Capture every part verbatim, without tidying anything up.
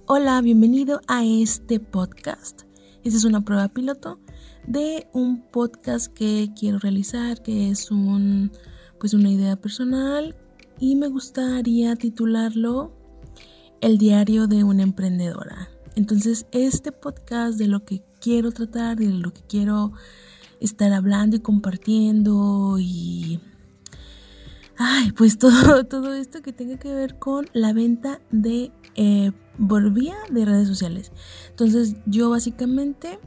Hola, bienvenido a este podcast. Esta es una prueba piloto de un podcast que quiero realizar, que es un, pues una idea personal y me gustaría titularlo El diario de una emprendedora. Entonces, este podcast de lo que quiero tratar, de lo que quiero estar hablando y compartiendo y ay, pues todo, todo esto que tenga que ver con la venta de eh, por vía de redes sociales. Entonces yo básicamente,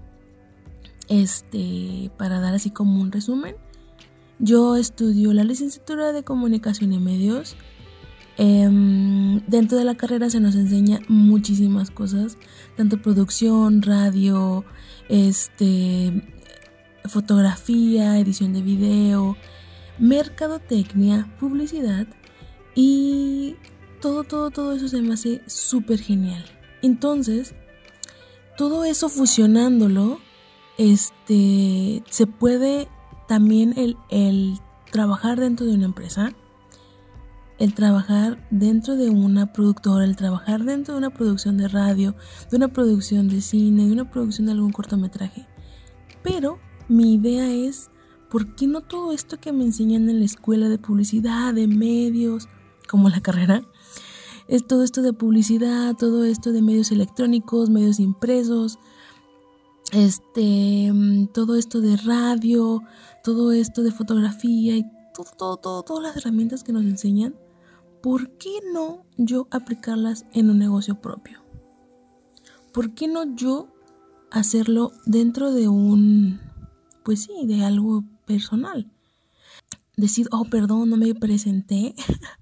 este, para dar así como un resumen, yo estudio la licenciatura de comunicación y medios. Eh, dentro de la carrera se nos enseña muchísimas cosas, tanto producción, radio, este, fotografía, edición de video, mercadotecnia, publicidad y todo, todo, todo eso se me hace súper genial. Entonces, todo eso fusionándolo, este, se puede también el, el trabajar dentro de una empresa, el trabajar dentro de una productora, el trabajar dentro de una producción de radio, de una producción de cine, de una producción de algún cortometraje. Pero mi idea es, ¿por qué no todo esto que me enseñan en la escuela de publicidad, de medios, como la carrera? Es todo esto de publicidad, todo esto de medios electrónicos, medios impresos, este, todo esto de radio, todo esto de fotografía y todo, todo, todo, todas las herramientas que nos enseñan. ¿Por qué no yo aplicarlas en un negocio propio? ¿Por qué no yo hacerlo dentro de un, pues sí, de algo personal? Decir, oh, perdón, no me presenté.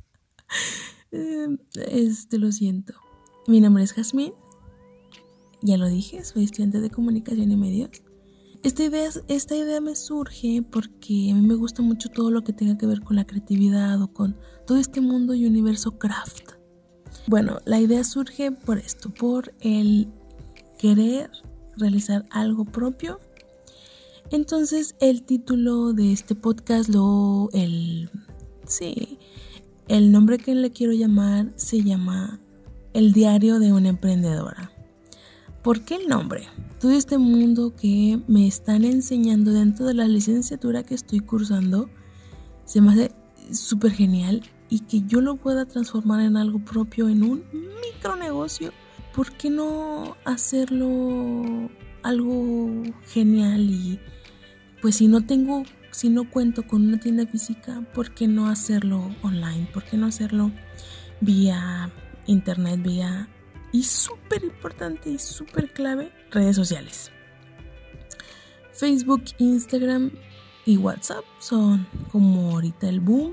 Este, lo siento. Mi nombre es Jazmín. Ya lo dije, soy estudiante de comunicación y medios. Esta idea, esta idea me surge porque a mí me gusta mucho todo lo que tenga que ver con la creatividad o con todo este mundo y universo craft. Bueno, la idea surge por esto, por el querer realizar algo propio. Entonces el título de este podcast, lo, el, sí, el nombre que le quiero llamar se llama El diario de una emprendedora. ¿Por qué el nombre? Todo este mundo que me están enseñando dentro de la licenciatura que estoy cursando se me hace súper genial y que yo lo pueda transformar en algo propio, en un micronegocio. ¿Por qué no hacerlo algo genial? Y pues si no tengo, si no cuento con una tienda física, ¿por qué no hacerlo online? ¿Por qué no hacerlo vía internet, vía... Y súper importante y súper clave, redes sociales? Facebook, Instagram y WhatsApp son como ahorita el boom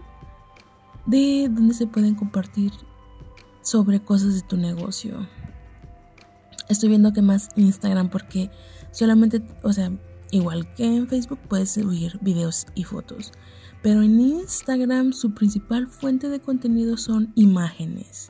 de donde se pueden compartir sobre cosas de tu negocio. Estoy viendo que más Instagram porque solamente, o sea, igual que en Facebook puedes subir videos y fotos, pero en Instagram su principal fuente de contenido son imágenes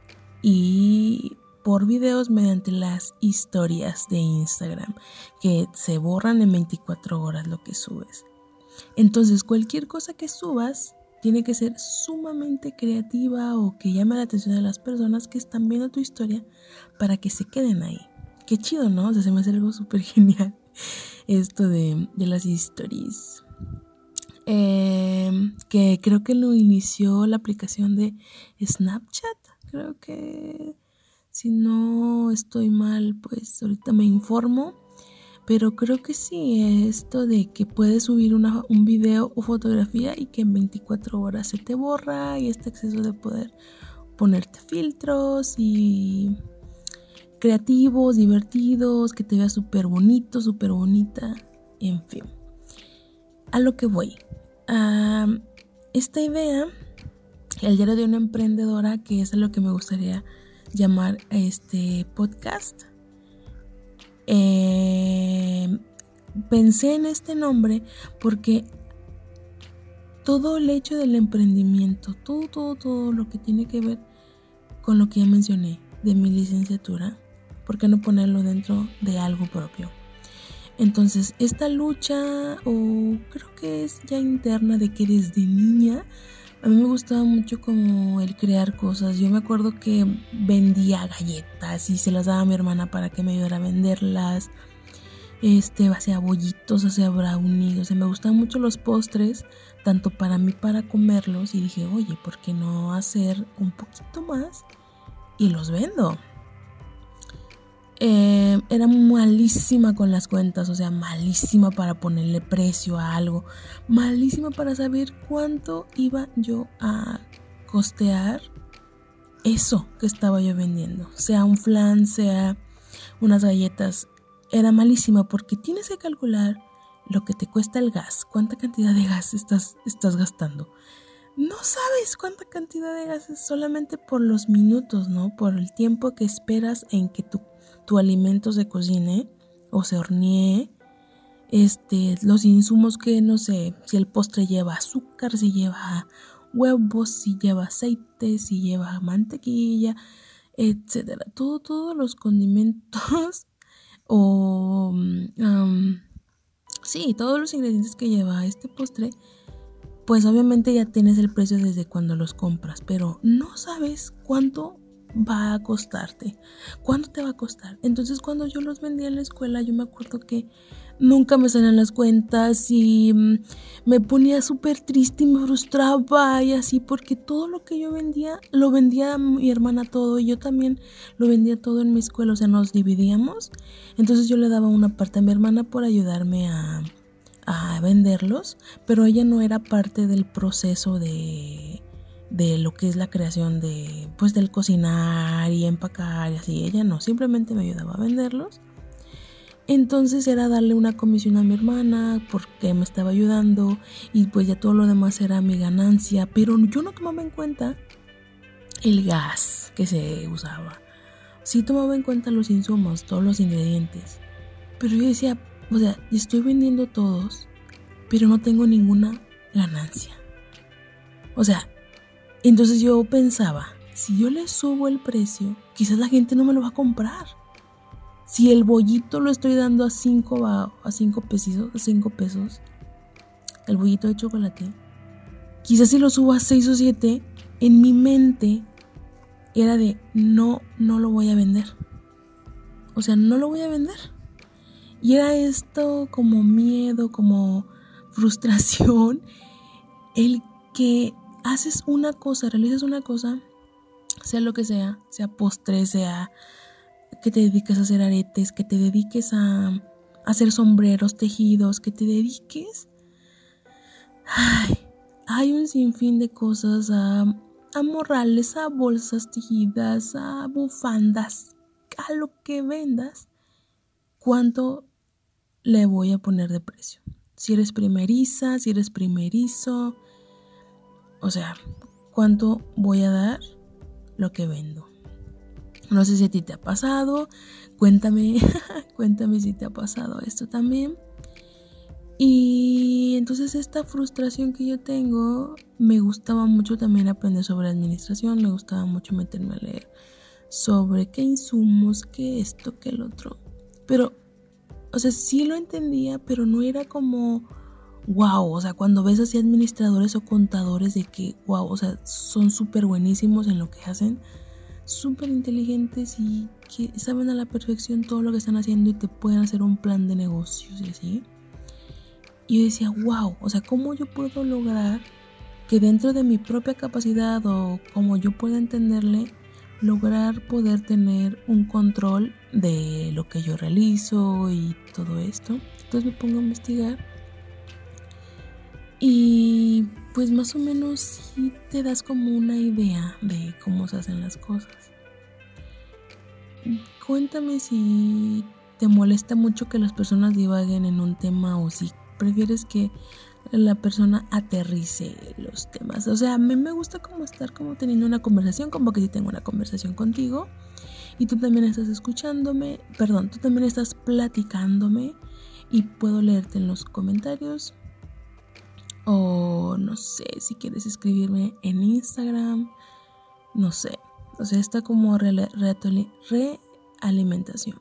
y por videos mediante las historias de Instagram, que se borran en veinticuatro horas lo que subes. Entonces, cualquier cosa que subas tiene que ser sumamente creativa o que llame la atención de las personas que están viendo tu historia para que se queden ahí. Qué chido, ¿no? O sea, se me hace algo súper genial esto de, de las stories. Eh, que creo que lo inició la aplicación de Snapchat. Creo que... Si no estoy mal, pues ahorita me informo. Pero creo que sí, esto de que puedes subir una, un video o fotografía y que en veinticuatro horas se te borra. Y este acceso de poder ponerte filtros y creativos, divertidos, que te veas súper bonito, súper bonita. En fin, a lo que voy. A esta idea, el diario de una emprendedora, que es a lo que me gustaría llamar a este podcast. Eh, pensé en este nombre porque todo el hecho del emprendimiento, todo, todo, todo lo que tiene que ver con lo que ya mencioné de mi licenciatura, ¿por qué no ponerlo dentro de algo propio? Entonces, esta lucha, o creo que es ya interna, de que desde niña A mí me gustaba mucho como el crear cosas. Yo me acuerdo que vendía galletas y se las daba a mi hermana para que me ayudara a venderlas. Este, hacía bollitos, hacía brownies. O sea, me gustaban mucho los postres, tanto para mí para comerlos. Y dije, oye, ¿por qué no hacer un poquito más? Y los vendo. Eh, era malísima con las cuentas, o sea, malísima para ponerle precio a algo, malísima para saber cuánto iba yo a costear eso que estaba yo vendiendo, sea un flan, sea unas galletas. Era malísima porque tienes que calcular lo que te cuesta el gas, cuánta cantidad de gas estás, estás gastando. No sabes cuánta cantidad de gas es solamente por los minutos, ¿no? Por el tiempo que esperas en que tu, tu alimento se cocine o se hornee. Este, los insumos que, no sé, si el postre lleva azúcar, si lleva huevos, si lleva aceite, si lleva mantequilla, etcétera. Todo, todos los condimentos o... Um, sí, todos los ingredientes que lleva este postre, pues obviamente ya tienes el precio desde cuando los compras, pero no sabes cuánto va a costarte, cuánto te va a costar. Entonces cuando yo los vendía en la escuela, yo me acuerdo que nunca me salían las cuentas y me ponía súper triste y me frustraba y así, porque todo lo que yo vendía, lo vendía mi hermana todo y yo también lo vendía todo en mi escuela, o sea, nos dividíamos. Entonces yo le daba una parte a mi hermana por ayudarme a... a venderlos, pero ella no era parte del proceso de, de lo que es la creación de, pues del cocinar y empacar y así. Ella no, simplemente me ayudaba a venderlos. Entonces era darle una comisión a mi hermana porque me estaba ayudando y pues ya todo lo demás era mi ganancia, pero yo no tomaba en cuenta el gas que se usaba. Sí tomaba en cuenta los insumos, todos los ingredientes, pero yo decía, o sea, estoy vendiendo todos, pero no tengo ninguna ganancia. O sea, entonces yo pensaba, si yo le subo el precio, quizás la gente no me lo va a comprar. Si el bollito lo estoy dando a cinco a, a cinco pesos, a cinco pesos, el bollito de chocolate, quizás si lo subo a seis o siete, en mi mente era de no, no lo voy a vender. O sea, no lo voy a vender. Y era esto como miedo, como frustración, el que haces una cosa, realizas una cosa, sea lo que sea, sea postre, sea que te dediques a hacer aretes, que te dediques a, a hacer sombreros, tejidos, que te dediques. Ay, hay un sinfín de cosas, a, a morrales, a bolsas tejidas, a bufandas, a lo que vendas. ¿Cuánto le voy a poner de precio? Si eres primeriza, si eres primerizo, o sea, ¿cuánto voy a dar lo que vendo? No sé si a ti te ha pasado, cuéntame, cuéntame si te ha pasado esto también. Y entonces esta frustración que yo tengo, me gustaba mucho también aprender sobre administración, me gustaba mucho meterme a leer sobre qué insumos, qué esto, qué el otro. Pero, o sea, sí lo entendía, pero no era como wow, o sea, cuando ves así administradores o contadores de que wow, o sea, son súper buenísimos en lo que hacen, súper inteligentes y que saben a la perfección todo lo que están haciendo y te pueden hacer un plan de negocios y así. Y yo decía, wow, o sea, ¿cómo yo puedo lograr que dentro de mi propia capacidad o como yo pueda entenderle, lograr poder tener un control de lo que yo realizo y todo esto? Entonces me pongo a investigar y pues más o menos sí te das como una idea de cómo se hacen las cosas. Cuéntame si te molesta mucho que las personas divaguen en un tema o si prefieres que la persona aterrice los temas. O sea, a mí me gusta como estar como teniendo una conversación, como que si tengo una conversación contigo y tú también estás escuchándome, perdón, tú también estás platicándome y puedo leerte en los comentarios. O no sé, si quieres escribirme en Instagram, no sé. O sea, está como re- re- realimentación.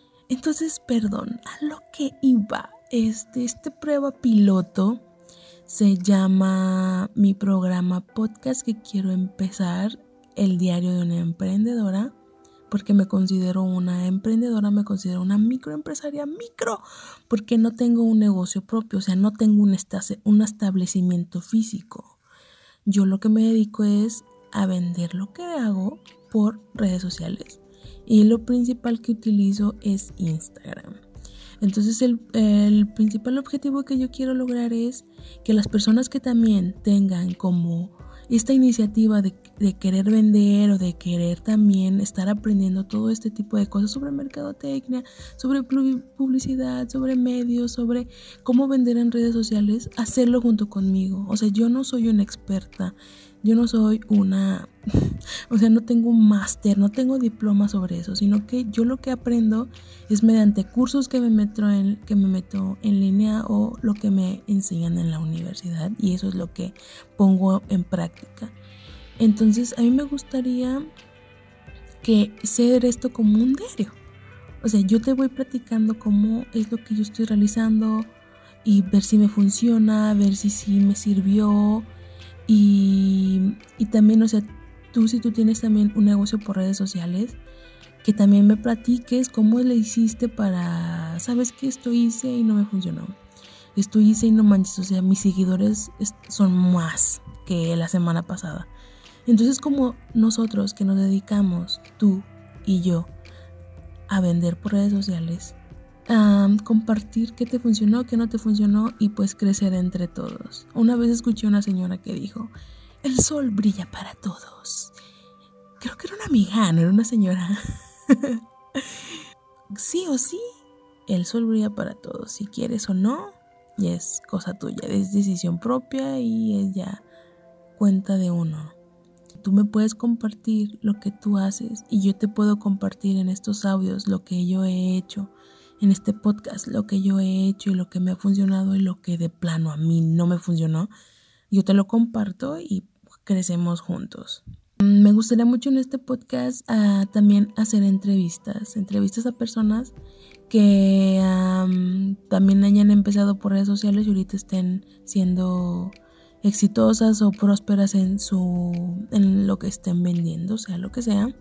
Entonces, perdón, a lo que iba, este, este prueba piloto Se llama mi programa podcast que quiero empezar, El Diario de una Emprendedora, porque me considero una emprendedora, me considero una microempresaria, micro, porque no tengo un negocio propio, o sea, no tengo un, estace, un establecimiento físico. Yo lo que me dedico es a vender lo que hago por redes sociales y lo principal que utilizo es Instagram. Entonces el, el principal objetivo que yo quiero lograr es que las personas que también tengan como esta iniciativa de, de querer vender o de querer también estar aprendiendo todo este tipo de cosas sobre mercadotecnia, sobre publicidad, sobre medios, sobre cómo vender en redes sociales, hacerlo junto conmigo. O sea, yo no soy una experta, yo no soy una, o sea, no tengo un máster, no tengo diploma sobre eso, sino que yo lo que aprendo es mediante cursos que me meto en, que me meto en línea o lo que me enseñan en la universidad, y eso es lo que pongo en práctica. Entonces, a mí me gustaría que ser esto como un diario. O sea, yo te voy platicando cómo es lo que yo estoy realizando y ver si me funciona, ver si sí me sirvió. Y, y también, o sea, tú si tú tienes también un negocio por redes sociales, que también me platiques cómo le hiciste para, ¿sabes qué? Esto hice y no me funcionó. Esto hice y no manches, o sea, mis seguidores son más que la semana pasada. Entonces, como nosotros que nos dedicamos, tú y yo, a vender por redes sociales, a compartir qué te funcionó, qué no te funcionó y pues crecer entre todos. Una vez escuché a una señora que dijo, el sol brilla para todos. Creo que era una amiga, no era una señora. Sí o sí, el sol brilla para todos. Si quieres o no, ya es cosa tuya, es decisión propia y es ya cuenta de uno. Tú me puedes compartir lo que tú haces y yo te puedo compartir en estos audios lo que yo he hecho, en este podcast lo que yo he hecho y lo que me ha funcionado y lo que de plano a mí no me funcionó. Yo te lo comparto y crecemos juntos. Me gustaría mucho en este podcast uh, también hacer entrevistas, entrevistas a personas que um, también hayan empezado por redes sociales y ahorita estén siendo exitosas o prósperas en su en lo que estén vendiendo, sea lo que sea,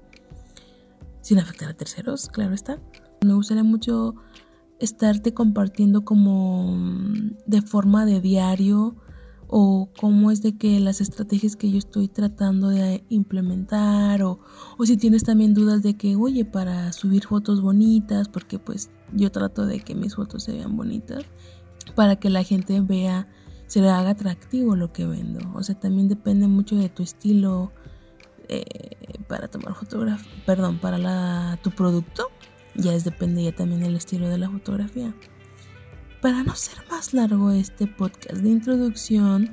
sin afectar a terceros, claro está. Me gustaría mucho estarte compartiendo como de forma de diario o cómo es de que las estrategias que yo estoy tratando de implementar o, o si tienes también dudas de que, oye, para subir fotos bonitas, porque pues yo trato de que mis fotos se vean bonitas, para que la gente vea, se le haga atractivo lo que vendo. O sea, también depende mucho de tu estilo eh, para tomar fotografía, perdón, para la, tu producto. Ya es depende ya también del estilo de la fotografía. Para no ser más largo este podcast de introducción,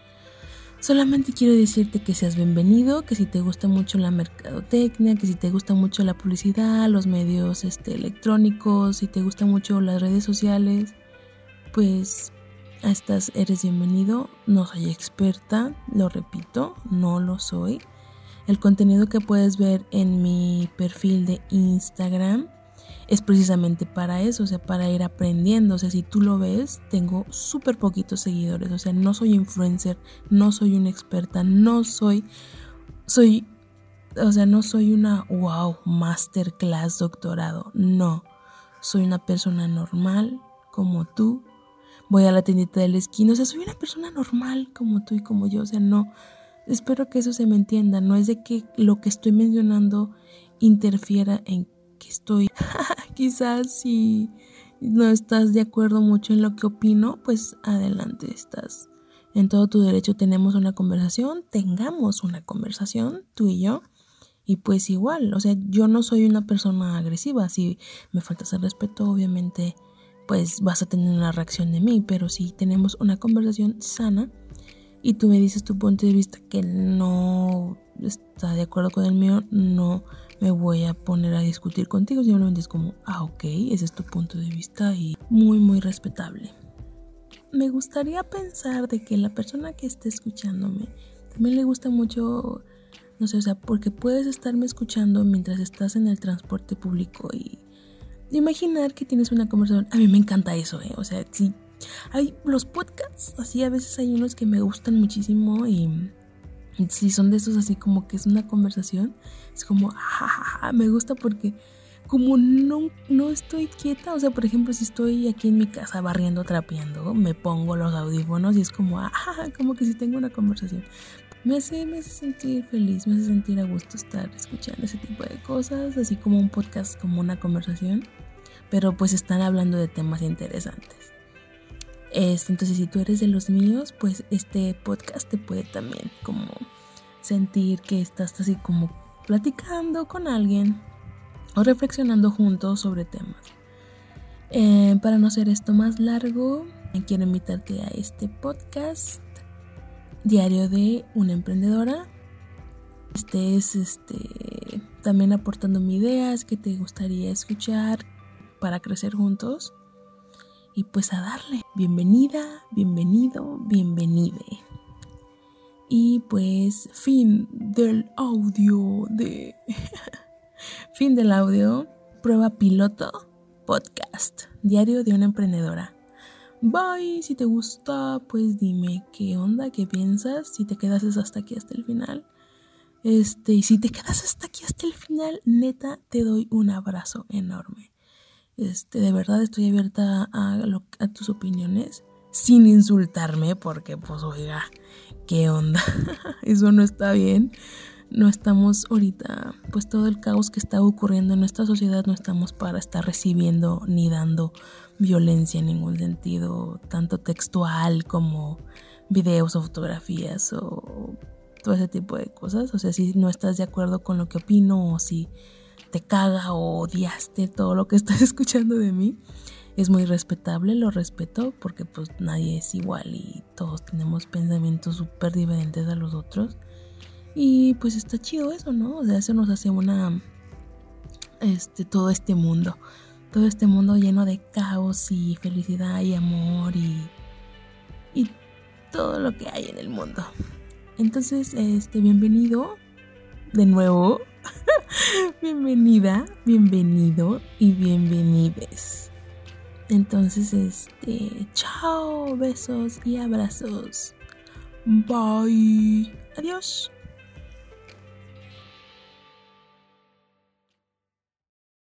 solamente quiero decirte que seas bienvenido, que si te gusta mucho la mercadotecnia, que si te gusta mucho la publicidad, los medios este, electrónicos, si te gustan mucho las redes sociales, pues estás, eres bienvenido. No soy experta, lo repito, no lo soy. El contenido que puedes ver en mi perfil de Instagram es precisamente para eso, o sea, para ir aprendiendo. O sea, si tú lo ves, tengo súper poquitos seguidores, o sea, no soy influencer, no soy una experta, no soy, soy, o sea, no soy una wow, masterclass, doctorado, no, soy una persona normal como tú. Voy a la tiendita de la esquina, o sea, soy una persona normal como tú y como yo, o sea, no, espero que eso se me entienda, no es de que lo que estoy mencionando interfiera en que estoy, quizás si no estás de acuerdo mucho en lo que opino, pues adelante, estás en todo tu derecho, tenemos una conversación, tengamos una conversación, tú y yo, y pues igual, o sea, yo no soy una persona agresiva, si me faltas el respeto, obviamente, pues vas a tener una reacción de mí, pero si tenemos una conversación sana y tú me dices tu punto de vista que no está de acuerdo con el mío, no me voy a poner a discutir contigo, simplemente es como, ah, ok, ese es tu punto de vista y muy, muy respetable. Me gustaría pensar de que la persona que esté escuchándome también le gusta mucho, no sé, o sea, porque puedes estarme escuchando mientras estás en el transporte público y imaginar que tienes una conversación. A mí me encanta eso, ¿eh? O sea, si Hay los podcasts, así a veces hay unos que me gustan muchísimo y, y si son de esos así como que es una conversación, es como, ah, me gusta porque como no, no estoy quieta, o sea, por ejemplo, si estoy aquí en mi casa barriendo, trapeando, me pongo los audífonos y es como, ah, como que si tengo una conversación. Me hace, me hace sentir feliz, me hace sentir a gusto estar escuchando ese tipo de cosas, así como un podcast, como una conversación, pero pues están hablando de temas interesantes. Este, entonces, si tú eres de los míos, pues este podcast te puede también como sentir que estás así como platicando con alguien o reflexionando juntos sobre temas. Eh, para no hacer esto más largo, quiero invitarte a este podcast Diario de una emprendedora. Este es este también aportándome ideas que te gustaría escuchar para crecer juntos. Y pues a darle. Bienvenida, bienvenido, bienvenide. Y pues fin del audio de fin del audio. Prueba piloto podcast. Diario de una emprendedora. Bye, si te gusta, pues dime qué onda, qué piensas, si te quedas hasta aquí hasta el final. Este, y si te quedas hasta aquí hasta el final, neta, te doy un abrazo enorme. Este, de verdad estoy abierta a, lo, a tus opiniones, sin insultarme, porque pues oiga, qué onda, eso no está bien. No estamos ahorita, pues todo el caos que está ocurriendo en nuestra sociedad, no estamos para estar recibiendo ni dando violencia en ningún sentido, tanto textual como videos o fotografías o todo ese tipo de cosas. O sea, si no estás de acuerdo con lo que opino o si te caga o odiaste todo lo que estás escuchando de mí, es muy respetable, lo respeto porque pues nadie es igual y todos tenemos pensamientos súper diferentes a los otros. Y pues está chido eso, ¿no? O sea, eso nos hace una... Este, todo este mundo. Todo este mundo lleno de caos y felicidad y amor y... Y todo lo que hay en el mundo. Entonces, este, bienvenido de nuevo. Bienvenida, bienvenido y bienvenides. Entonces, este... Chao, besos y abrazos. Bye. Adiós.